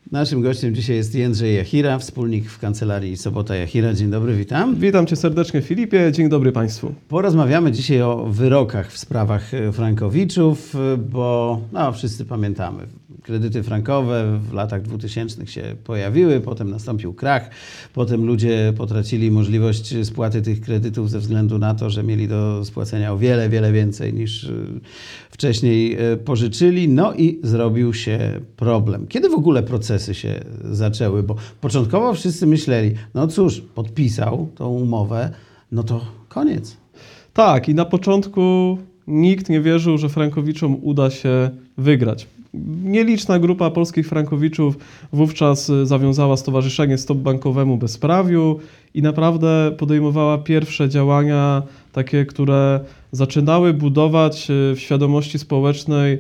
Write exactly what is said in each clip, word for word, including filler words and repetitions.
Naszym gościem dzisiaj jest Jędrzej Jachira, wspólnik w kancelarii Sobota Jachira. Dzień dobry, witam. Witam Cię serdecznie, Filipie. Dzień dobry Państwu. Porozmawiamy dzisiaj o wyrokach w sprawach frankowiczów, bo no, wszyscy pamiętamy, kredyty frankowe w latach dwutysięcznych się pojawiły, potem nastąpił krach, potem ludzie potracili możliwość spłaty tych kredytów ze względu na to, że mieli do spłacenia o wiele, wiele więcej niż wcześniej pożyczyli, no i zrobił się problem. Kiedy w ogóle procesy się zaczęły? Bo początkowo wszyscy myśleli, no cóż, podpisał tą umowę, no to koniec. Tak, i na początku nikt nie wierzył, że frankowiczom uda się wygrać. Nieliczna grupa polskich frankowiczów wówczas zawiązała stowarzyszenie Stop Bankowemu Bezprawiu i naprawdę podejmowała pierwsze działania, takie, które zaczynały budować w świadomości społecznej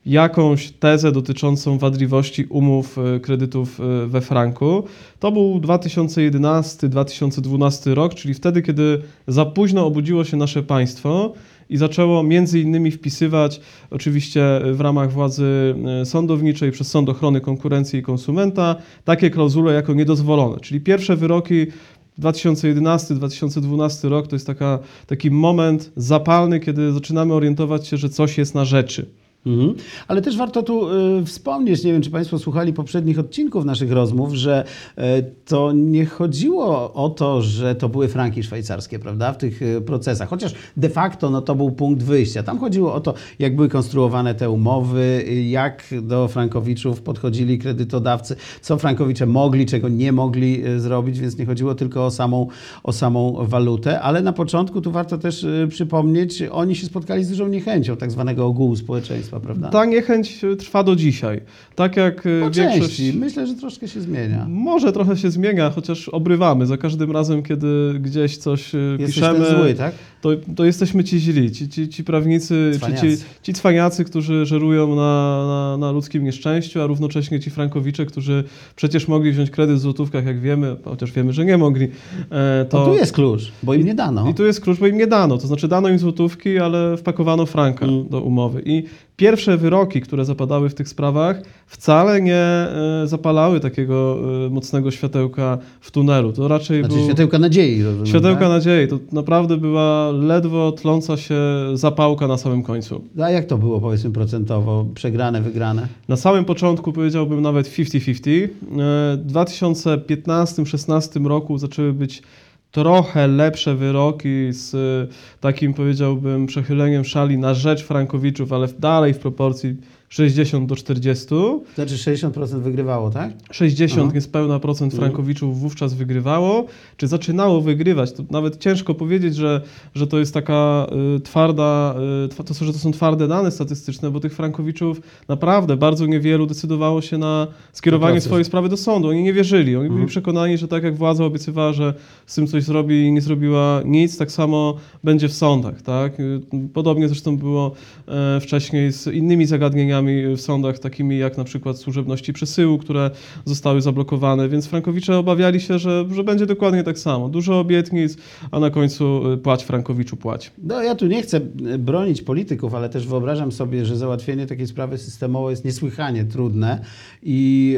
jakąś tezę dotyczącą wadliwości umów kredytów we franku. To był dwa tysiące jedenasty dwa tysiące dwunasty rok, czyli wtedy, kiedy za późno obudziło się nasze państwo i zaczęło między innymi wpisywać, oczywiście w ramach władzy sądowniczej przez Sąd Ochrony Konkurencji i Konsumenta, takie klauzule jako niedozwolone. Czyli pierwsze wyroki dwa tysiące jedenasty dwa tysiące dwunasty rok to jest taka, taki moment zapalny, kiedy zaczynamy orientować się, że coś jest na rzeczy. Mhm. Ale też warto tu y, wspomnieć, nie wiem, czy Państwo słuchali poprzednich odcinków naszych rozmów, że y, to nie chodziło o to, że to były franki szwajcarskie, prawda, w tych y, procesach, chociaż de facto no, to był punkt wyjścia. Tam chodziło o to, jak były konstruowane te umowy, y, jak do frankowiczów podchodzili kredytodawcy, co frankowicze mogli, czego nie mogli y, zrobić, więc nie chodziło tylko o samą, o samą walutę, ale na początku tu warto też y, przypomnieć, oni się spotkali z dużą niechęcią tak zwanego ogółu społeczeństwa. Prawda? Ta niechęć trwa do dzisiaj. Tak jak po większość... części. Myślę, że troszkę się zmienia. Może trochę się zmienia, chociaż obrywamy. Za każdym razem, kiedy gdzieś coś Jesteś piszemy, ten zły, tak? to, to jesteśmy ci źli. Ci, ci, ci prawnicy, Cwaniacy. Ci, ci cwaniacy, którzy żerują na, na, na ludzkim nieszczęściu, a równocześnie ci frankowicze, którzy przecież mogli wziąć kredyt w złotówkach, jak wiemy, chociaż wiemy, że nie mogli. To... No tu jest klucz, bo im nie dano. I tu jest klucz, bo im nie dano. To znaczy dano im złotówki, ale wpakowano franka mm. do umowy. I pierwsze wyroki, które zapadały w tych sprawach, wcale nie zapalały takiego mocnego światełka w tunelu. To raczej znaczy był... światełka nadziei. Rozumiem, światełka tak? nadziei. To naprawdę była ledwo tląca się zapałka na samym końcu. A jak to było, powiedzmy, procentowo? Przegrane, wygrane? Na samym początku powiedziałbym nawet fifty fifty. W dwa tysiące piętnastym szesnastym roku zaczęły być trochę lepsze wyroki z takim, powiedziałbym, przechyleniem szali na rzecz frankowiczów, ale dalej w proporcji sześćdziesiąt do czterdziestu. Znaczy sześćdziesiąt procent wygrywało, tak? sześćdziesiąt Aha. niespełna procent frankowiczów wówczas wygrywało, czy zaczynało wygrywać. To nawet ciężko powiedzieć, że, że to jest taka y, twarda, y, to, że to są twarde dane statystyczne, bo tych frankowiczów naprawdę bardzo niewielu decydowało się na skierowanie swojej sprawy do sądu. Oni nie wierzyli. Oni mhm. byli przekonani, że tak jak władza obiecywała, że z tym coś zrobi i nie zrobiła nic, tak samo będzie w sądach. Tak? Podobnie zresztą było e, wcześniej z innymi zagadnieniami w sądach, takimi jak na przykład służebności przesyłu, które zostały zablokowane, więc frankowicze obawiali się, że, że będzie dokładnie tak samo. Dużo obietnic, a na końcu płać frankowiczu, płać. No ja tu nie chcę bronić polityków, ale też wyobrażam sobie, że załatwienie takiej sprawy systemowo jest niesłychanie trudne i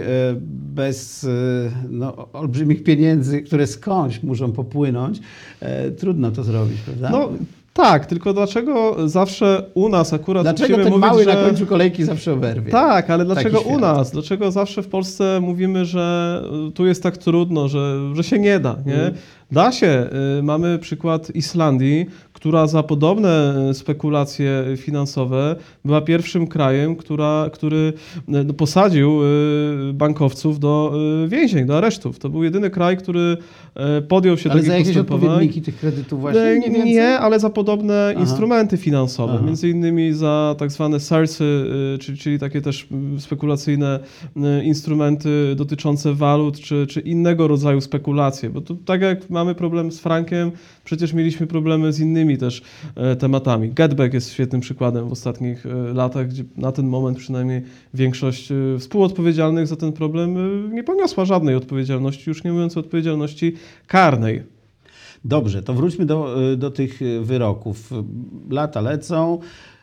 bez no, olbrzymich pieniędzy, które skądś muszą popłynąć, trudno to zrobić, prawda? No, tak, tylko dlaczego zawsze u nas akurat dlaczego musimy ten mówić, mały że... na końcu kolejki zawsze oberwie? Tak, ale dlaczego Taki u nas? Dlaczego zawsze w Polsce mówimy, że tu jest tak trudno, że, że się nie da, nie? Mm. Da się. Mamy przykład Islandii, która za podobne spekulacje finansowe była pierwszym krajem, która, który posadził bankowców do więzień, do aresztów. To był jedyny kraj, który podjął się ale takich za jakieś postępowań. odpowiedniki tych kredytów właśnie? Nie, nie ale za podobne Aha. instrumenty finansowe. Aha. Między innymi za tak zwane SARS-y, czyli, czyli takie też spekulacyjne instrumenty dotyczące walut, czy, czy innego rodzaju spekulacje. Bo tu, tak jak mamy problem z frankiem, przecież mieliśmy problemy z innymi też e, tematami. Getback jest świetnym przykładem w ostatnich e, latach, gdzie na ten moment przynajmniej większość e, współodpowiedzialnych za ten problem e, nie poniosła żadnej odpowiedzialności, już nie mówiąc o odpowiedzialności karnej. Dobrze, to wróćmy do, do tych wyroków. Lata lecą.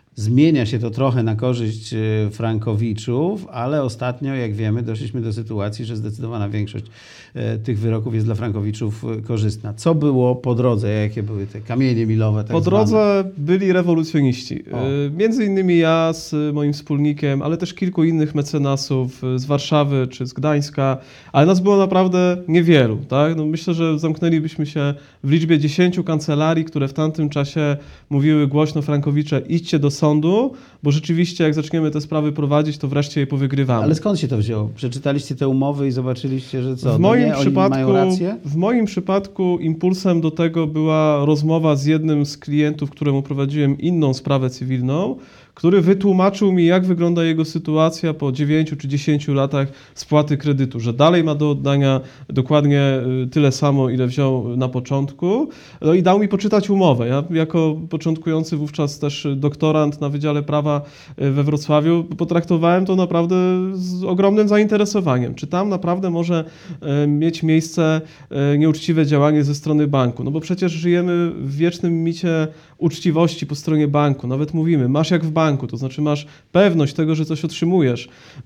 Zmienia się to trochę na korzyść e, frankowiczów, ale ostatnio, jak wiemy, doszliśmy do sytuacji, że zdecydowana większość e, tych wyroków jest dla frankowiczów e, korzystna. Co było po drodze? Jakie były te kamienie milowe? Tak po zwane? drodze byli rewolucjoniści. O. Y, Między innymi ja z moim wspólnikiem, ale też kilku innych mecenasów y, z Warszawy czy z Gdańska, ale nas było naprawdę niewielu. Tak? No myślę, że zamknęlibyśmy się w liczbie dziesięciu kancelarii, które w tamtym czasie mówiły głośno: Frankowicze, idźcie do sądu, bo rzeczywiście jak zaczniemy te sprawy prowadzić, to wreszcie je powygrywamy. Ale skąd się to wzięło? Przeczytaliście te umowy i zobaczyliście, że co? W no moim, nie, oni przypadku, mają rację? w moim przypadku impulsem do tego była rozmowa z jednym z klientów, któremu prowadziłem inną sprawę cywilną, który wytłumaczył mi, jak wygląda jego sytuacja po dziewięciu czy dziesięciu latach spłaty kredytu, że dalej ma do oddania dokładnie tyle samo, ile wziął na początku. No i dał mi poczytać umowę. Ja jako początkujący wówczas też doktorant na Wydziale Prawa we Wrocławiu potraktowałem to naprawdę z ogromnym zainteresowaniem. Czy tam naprawdę może mieć miejsce nieuczciwe działanie ze strony banku? No bo przecież żyjemy w wiecznym micie uczciwości po stronie banku. Nawet mówimy, masz jak w banku, to znaczy masz pewność tego, że coś otrzymujesz.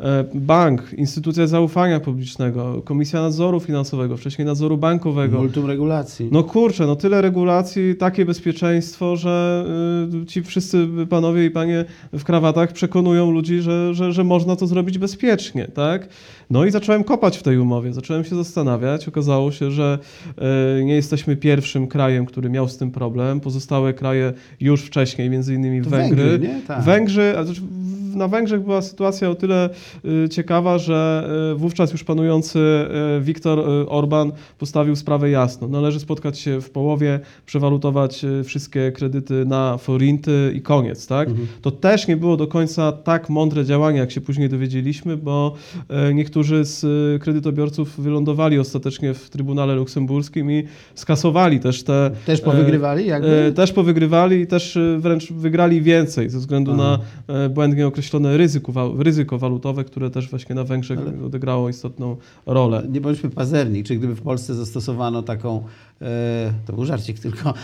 Bank, instytucja zaufania publicznego, Komisja Nadzoru Finansowego, wcześniej nadzoru bankowego. Multum regulacji. No kurczę, no tyle regulacji, takie bezpieczeństwo, że y, ci wszyscy panowie i panie w krawatach przekonują ludzi, że, że, że można to zrobić bezpiecznie, tak? No i zacząłem kopać w tej umowie, zacząłem się zastanawiać. Okazało się, że y, nie jesteśmy pierwszym krajem, który miał z tym problem. Pozostałe kraje już wcześniej, między innymi To Węgry. Węgry, nie? Tak. Węgrzy, a znaczy w- na Węgrzech była sytuacja o tyle y, ciekawa, że y, wówczas już panujący y, Viktor y, Orban postawił sprawę jasno. Należy spotkać się w połowie, przewalutować y, wszystkie kredyty na forinty i koniec, tak? Mhm. To też nie było do końca tak mądre działanie, jak się później dowiedzieliśmy, bo y, niektórzy z y, kredytobiorców wylądowali ostatecznie w Trybunale Luksemburskim i skasowali też te... Też e, powygrywali jakby? E, Też powygrywali i też e, wręcz wygrali więcej ze względu Aha. na e, błędnie określone ryzyko, wa- ryzyko walutowe, które też właśnie na Węgrzech Ale- odegrało istotną rolę. Nie bądźmy pazerni. Czy gdyby w Polsce zastosowano taką, e, to był żarcik tylko,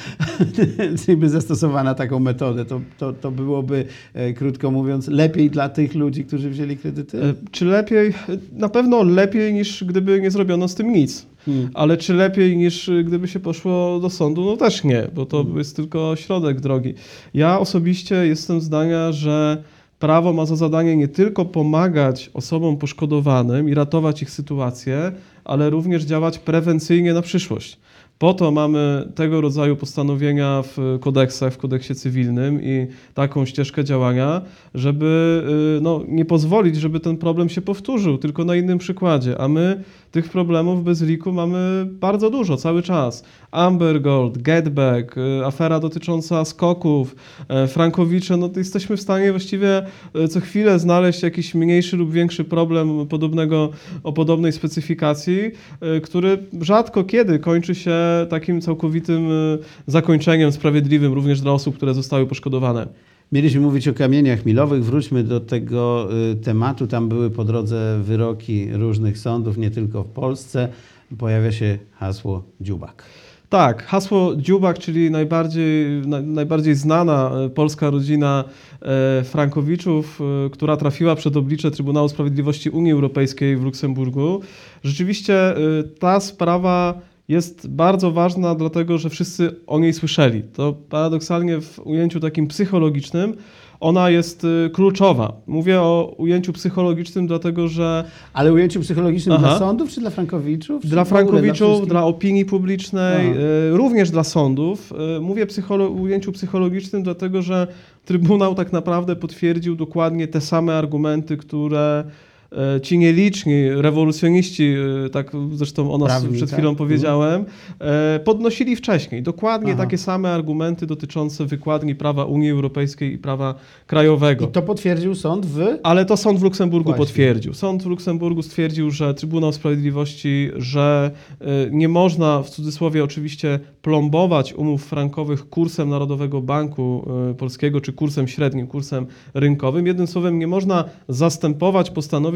gdyby zastosowano taką metodę, to, to, to byłoby, e, krótko mówiąc, lepiej dla tych ludzi, którzy wzięli kredyty? E, Czy lepiej? E, Na pewno lepiej niż gdyby nie zrobiono z tym nic. Hmm. Ale czy lepiej niż y, gdyby się poszło do sądu? No też nie, bo to Mhm. jest tylko środek drogi. Ja osobiście jestem zdania, że prawo ma za zadanie nie tylko pomagać osobom poszkodowanym i ratować ich sytuację, ale również działać prewencyjnie na przyszłość. Po to mamy tego rodzaju postanowienia w kodeksach, w kodeksie cywilnym i taką ścieżkę działania, żeby y, no, nie pozwolić, żeby ten problem się powtórzył, tylko na innym przykładzie. A my tych problemów bez liku mamy bardzo dużo, cały czas. Amber Gold, Getback, y, afera dotycząca skoków, y, Frankowicze, no to jesteśmy w stanie właściwie y, co chwilę znaleźć jakiś mniejszy lub większy problem podobnego, o podobnej specyfikacji, y, który rzadko kiedy kończy się takim całkowitym y, zakończeniem sprawiedliwym również dla osób, które zostały poszkodowane. Mieliśmy mówić o kamieniach milowych. Wróćmy do tego y, tematu. Tam były po drodze wyroki różnych sądów, nie tylko w Polsce. Pojawia się hasło dziubak. Tak, hasło dziubak, czyli najbardziej, na, najbardziej znana e, polska rodzina e, Frankowiczów, e, która trafiła przed oblicze Trybunału Sprawiedliwości Unii Europejskiej w Luksemburgu. Rzeczywiście e, ta sprawa jest bardzo ważna, dlatego że wszyscy o niej słyszeli. To paradoksalnie w ujęciu takim psychologicznym ona jest y, kluczowa. Mówię o ujęciu psychologicznym, dlatego że Ale ujęciu psychologicznym Aha. dla sądów czy dla frankowiczów? Czy dla w ogóle frankowiczów, dla, wszystkich? opinii publicznej, Aha. y, również dla sądów. Y, mówię psycholo- ujęciu psychologicznym, dlatego że Trybunał tak naprawdę potwierdził dokładnie te same argumenty, które e, ci nieliczni rewolucjoniści, e, tak zresztą o nas Prawni, przed tak? chwilą powiedziałem, e, podnosili wcześniej dokładnie Aha. takie same argumenty dotyczące wykładni prawa Unii Europejskiej i prawa krajowego. I to potwierdził sąd w... Ale to sąd w Luksemburgu Właśnie. potwierdził. Sąd w Luksemburgu stwierdził, że Trybunał Sprawiedliwości, że y, nie można w cudzysłowie oczywiście plombować umów frankowych kursem Narodowego Banku y, Polskiego czy kursem średnim, kursem rynkowym. Jednym słowem, nie można zastępować postanowień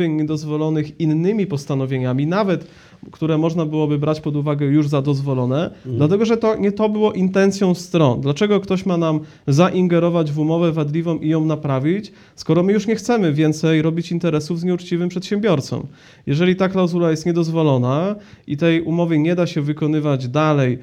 postanowień niedozwolonych innymi postanowieniami, nawet które można byłoby brać pod uwagę już za dozwolone, mhm. dlatego że to nie to było intencją stron. Dlaczego ktoś ma nam zaingerować w umowę wadliwą i ją naprawić, skoro my już nie chcemy więcej robić interesów z nieuczciwym przedsiębiorcą? Jeżeli ta klauzula jest niedozwolona i tej umowy nie da się wykonywać dalej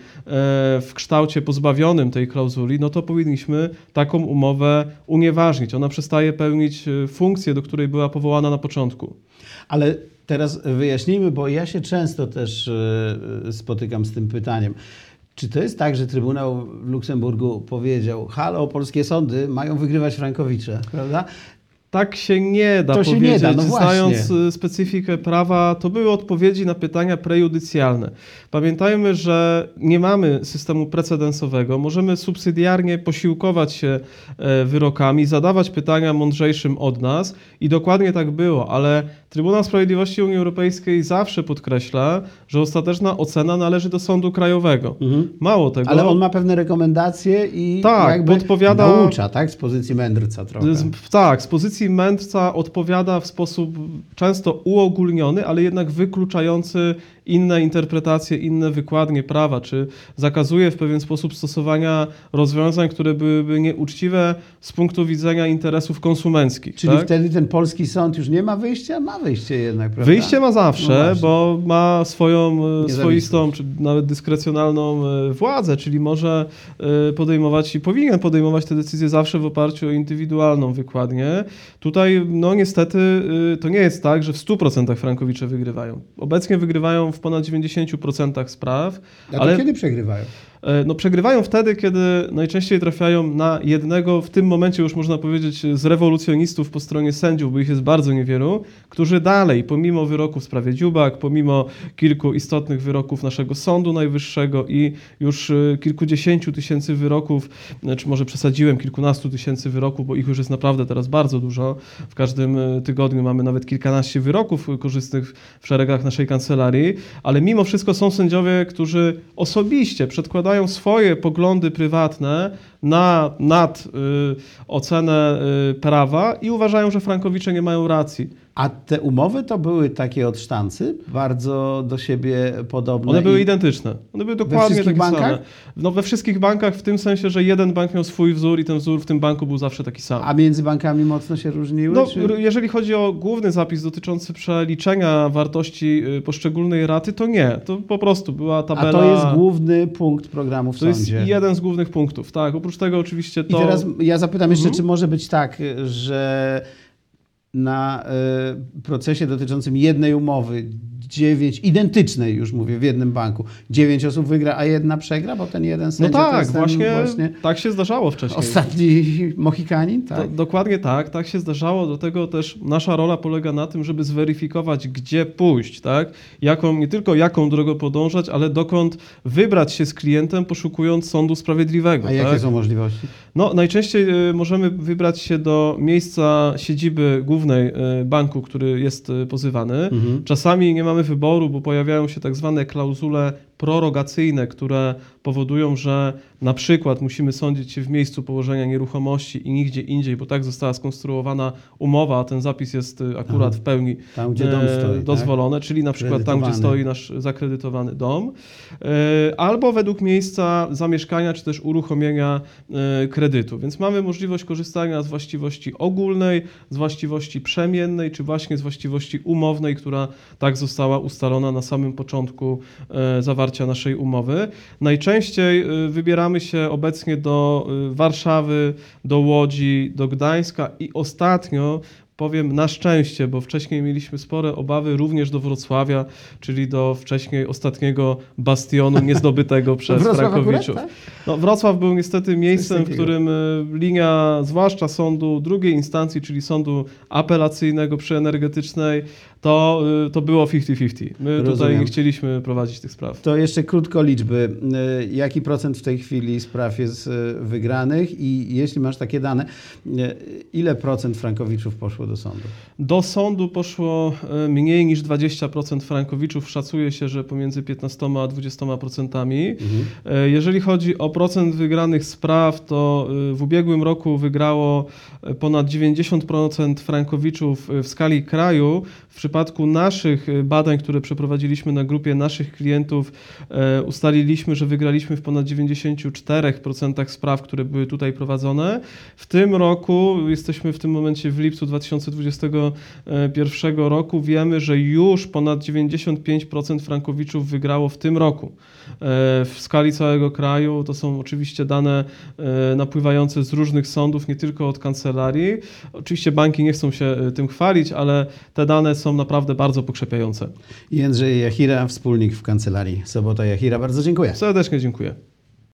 w kształcie pozbawionym tej klauzuli, no to powinniśmy taką umowę unieważnić. Ona przestaje pełnić funkcję, do której była powołana na początku. Ale teraz wyjaśnijmy, bo ja się często też spotykam z tym pytaniem. Czy to jest tak, że Trybunał w Luksemburgu powiedział, halo, polskie sądy mają wygrywać frankowicze, prawda? Tak się nie da to się powiedzieć. Nie da, no Znając właśnie. specyfikę prawa, to były odpowiedzi na pytania prejudycjalne. Pamiętajmy, że nie mamy systemu precedensowego. Możemy subsydiarnie posiłkować się wyrokami, zadawać pytania mądrzejszym od nas i dokładnie tak było, ale Trybunał Sprawiedliwości Unii Europejskiej zawsze podkreśla, że ostateczna ocena należy do sądu krajowego. Mhm. Mało tego. Ale on ma pewne rekomendacje i tak, jakby podpowiada, naucza, tak? Z pozycji mędrca trochę. Z, tak, z pozycji mędrca odpowiada w sposób często uogólniony, ale jednak wykluczający inne interpretacje, inne wykładnie prawa, czy zakazuje w pewien sposób stosowania rozwiązań, które byłyby nieuczciwe z punktu widzenia interesów konsumenckich. Czyli tak? wtedy ten polski sąd już nie ma wyjścia? Ma wyjście jednak, prawda? Wyjście ma zawsze, no bo ma swoją swoistą, czy nawet dyskrecjonalną władzę, czyli może podejmować i powinien podejmować te decyzje zawsze w oparciu o indywidualną wykładnię. Tutaj, no niestety, to nie jest tak, że w stu procentach frankowicze wygrywają. Obecnie wygrywają w ponad dziewięćdziesięciu procentach spraw. A to ale kiedy przegrywają? No, przegrywają wtedy, kiedy najczęściej trafiają na jednego, w tym momencie już można powiedzieć z rewolucjonistów po stronie sędziów, bo ich jest bardzo niewielu, którzy dalej, pomimo wyroków w sprawie Dziubak, pomimo kilku istotnych wyroków naszego Sądu Najwyższego i już kilkudziesięciu tysięcy wyroków, czy może przesadziłem, kilkunastu tysięcy wyroków, bo ich już jest naprawdę teraz bardzo dużo. W każdym tygodniu mamy nawet kilkanaście wyroków korzystnych w szeregach naszej kancelarii, ale mimo wszystko są sędziowie, którzy osobiście przedkładają swoje poglądy prywatne na, nad y, ocenę y, prawa i uważają, że frankowicze nie mają racji. A te umowy to były takie od sztancy? Bardzo do siebie podobne? One były i... identyczne. One były dokładnie we wszystkich takie bankach? same. No, we wszystkich bankach w tym sensie, że jeden bank miał swój wzór i ten wzór w tym banku był zawsze taki sam. A między bankami mocno się różniły? No, czy... jeżeli chodzi o główny zapis dotyczący przeliczenia wartości poszczególnej raty, to nie. To po prostu była tabela... A to jest główny punkt programu w to sądzie. To jest jeden z głównych punktów, tak. Oprócz tego oczywiście to... I teraz ja zapytam jeszcze, mhm. czy może być tak, że na y, procesie dotyczącym jednej umowy dziewięć, identycznej już mówię, w jednym banku, dziewięć osób wygra, a jedna przegra, bo ten jeden No sędzia to tak, jest ten właśnie, właśnie tak się zdarzało wcześniej. ostatni Mohikanin, tak? Do, dokładnie tak, tak się zdarzało, do tego też nasza rola polega na tym, żeby zweryfikować, gdzie pójść, tak? Jaką, nie tylko jaką drogą podążać, ale dokąd wybrać się z klientem, poszukując sądu sprawiedliwego. A jakie tak? są możliwości? No, najczęściej y, możemy wybrać się do miejsca siedziby głównej y, banku, który jest y, pozywany. Mhm. Czasami nie mamy wyboru, bo pojawiają się tak zwane klauzule prorogacyjne, które powodują, że na przykład musimy sądzić się w miejscu położenia nieruchomości i nigdzie indziej, bo tak została skonstruowana umowa, a ten zapis jest akurat Aha. w pełni tam, gdzie dom stoi, dozwolone, tak? czyli na przykład tam, gdzie stoi nasz zakredytowany dom, albo według miejsca zamieszkania, czy też uruchomienia kredytu. Więc mamy możliwość korzystania z właściwości ogólnej, z właściwości przemiennej, czy właśnie z właściwości umownej, która tak została ustalona na samym początku zawarcia naszej umowy. Najczęściej wybieramy się obecnie do Warszawy, do Łodzi, do Gdańska i ostatnio, powiem na szczęście, bo wcześniej mieliśmy spore obawy również do Wrocławia, czyli do wcześniej ostatniego bastionu niezdobytego przez frankowiczów. Tak? No, Wrocław był niestety miejscem, w którym linia, zwłaszcza sądu drugiej instancji, czyli sądu apelacyjnego przy Energetycznej, to, y, to było pięćdziesiąt pięćdziesiąt. My tutaj Rozumiem. nie chcieliśmy prowadzić tych spraw. To jeszcze krótko liczby. Y, Jaki procent w tej chwili spraw jest y, wygranych i jeśli masz takie dane, y, ile procent frankowiczów poszło do sądu? Do sądu poszło y, mniej niż dwadzieścia procent frankowiczów. Szacuje się, że pomiędzy piętnastoma a dwudziestoma procentami. Mhm. Y, Jeżeli chodzi o procent wygranych spraw, to y, w ubiegłym roku wygrało y, ponad dziewięćdziesiąt procent frankowiczów y, w skali kraju. W przypadku naszych y, badań, które przeprowadziliśmy na grupie naszych klientów, y, ustaliliśmy, że wygraliśmy w ponad dziewięćdziesięciu czterech procentach spraw, które były tutaj prowadzone. W tym roku, jesteśmy w tym momencie w lipcu dwa tysiące dwudziestego pierwszego roku, wiemy, że już ponad dziewięćdziesiąt pięć procent frankowiczów wygrało w tym roku. W skali całego kraju to są oczywiście dane napływające z różnych sądów, nie tylko od kancelarii. Oczywiście banki nie chcą się tym chwalić, ale te dane są naprawdę bardzo pokrzepiające. Jędrzej Jachira, wspólnik w kancelarii Sobota Jachira. Bardzo dziękuję. Serdecznie dziękuję.